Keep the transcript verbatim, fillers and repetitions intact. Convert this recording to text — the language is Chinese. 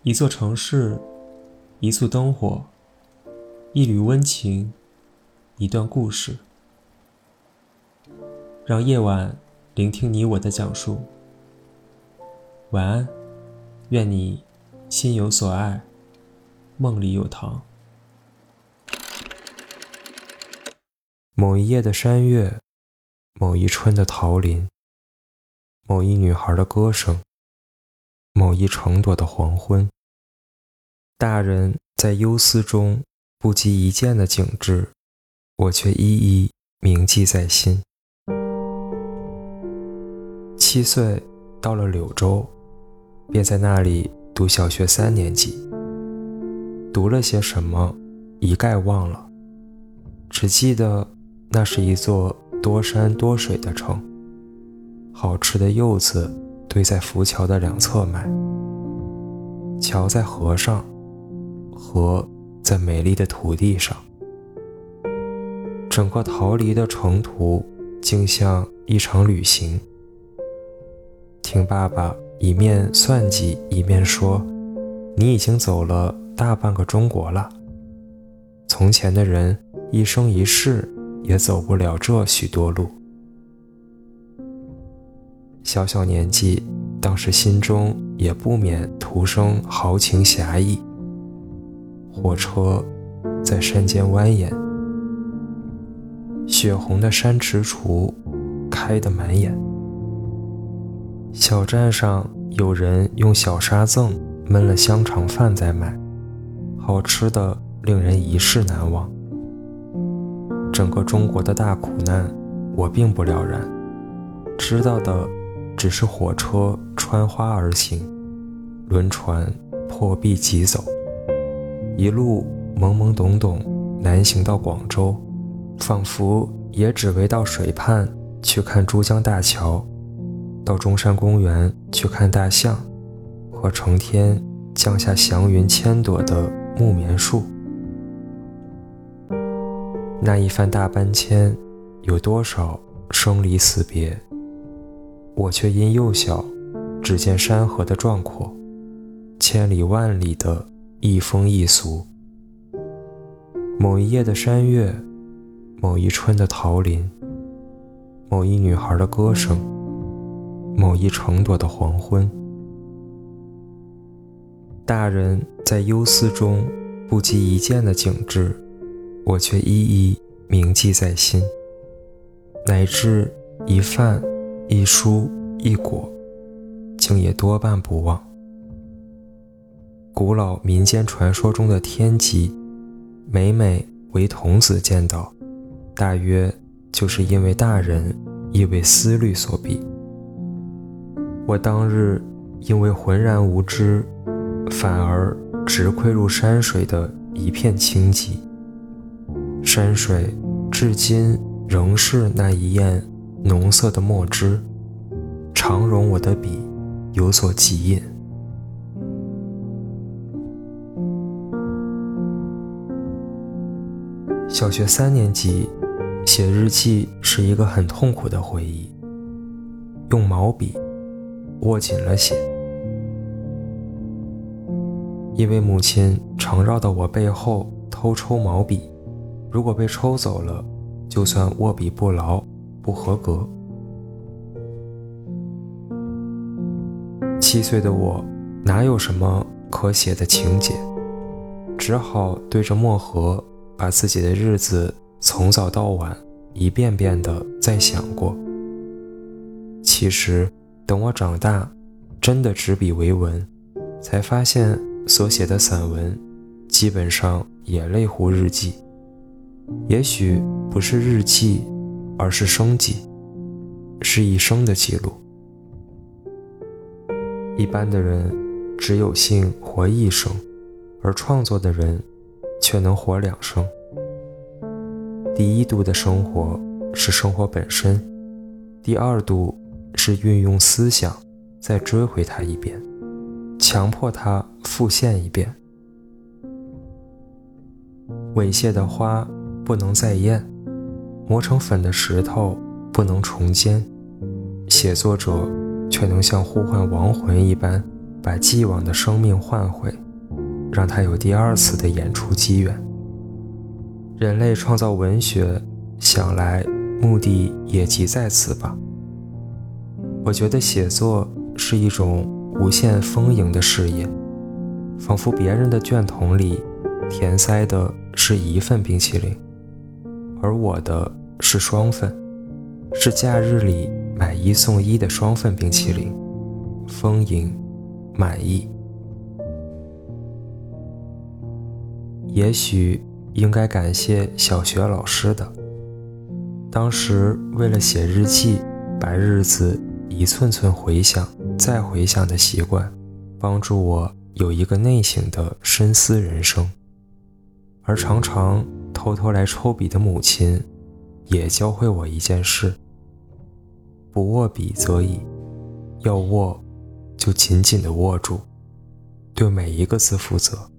一座城市，一簇灯火，一缕温情，一段故事。让夜晚聆听你我的讲述。晚安，愿你心有所爱，梦里有糖。某一夜的山月，某一春的桃林，某一女孩的歌声，某一橙朵的黄昏。大人在忧思中不及一见的景致，我却一一铭记在心。七岁到了柳州，便在那里读小学三年级。读了些什么，一概忘了，只记得那是一座多山多水的城，好吃的柚子堆在浮桥的两侧卖，桥在河上，河在美丽的土地上。整个逃离的程途竟像一场旅行。听爸爸一面算计一面说，你已经走了大半个中国了，从前的人一生一世也走不了这许多路。小小年纪，当时心中也不免徒生豪情侠义。火车在山间蜿蜒，血红的山踟蹰开得满眼。小站上有人用小沙甑焖了香肠饭在卖，好吃的令人一世难忘。整个中国的大苦难我并不了然，知道的只是火车穿花而行，轮船破壁疾走，一路懵懵懂懂南行到广州，仿佛也只为到水畔去看珠江大桥，到中山公园去看大象和成天降下祥云千朵的木棉树。那一番大搬迁，有多少生离死别，我却因幼小，只见山河的壮阔，千里万里的一风一俗。某一夜的山月，某一春的桃林，某一女孩的歌声，某一橙朵的黄昏。大人在忧思中不及一见的景致，我却一一铭记在心，乃至一饭一蔬一果，竟也多半不忘。古老民间传说中的天机，每每为童子见到，大约就是因为大人亦为思虑所逼。我当日因为浑然无知，反而只窥入山水的一片清寂。山水至今仍是那一砚浓色的墨汁，常容我的笔有所急引。小学三年级写日记是一个很痛苦的回忆，用毛笔握紧了写，因为母亲常绕到我背后偷抽毛笔，如果被抽走了，就算握笔不牢，不合格。七岁的我哪有什么可写的情节，只好对着墨盒把自己的日子从早到晚一遍遍地再想过。其实等我长大，真的执笔为文，才发现所写的散文基本上也类乎日记，也许不是日记，而是生记，是一生的记录。一般的人只有幸活一生，而创作的人却能活两生。第一度的生活是生活本身，第二度是运用思想再追回它一遍，强迫它复现一遍。猥亵的花不能再艳，磨成粉的石头不能重煎，写作者却能像呼唤亡魂一般把既往的生命换回，让它有第二次的演出机缘。人类创造文学，想来目的也即在此吧。我觉得写作是一种无限丰盈的事业，仿佛别人的卷筒里填塞的是一份冰淇淋，而我的是双份，是假日里买一送一的双份冰淇淋，丰盈满意。也许应该感谢小学老师的，当时为了写日记，把日子一寸寸回想再回想的习惯，帮助我有一个内省的深思人生。而常常偷偷来抽笔的母亲，也教会我一件事：不握笔则已，要握就紧紧地握住，对每一个字负责。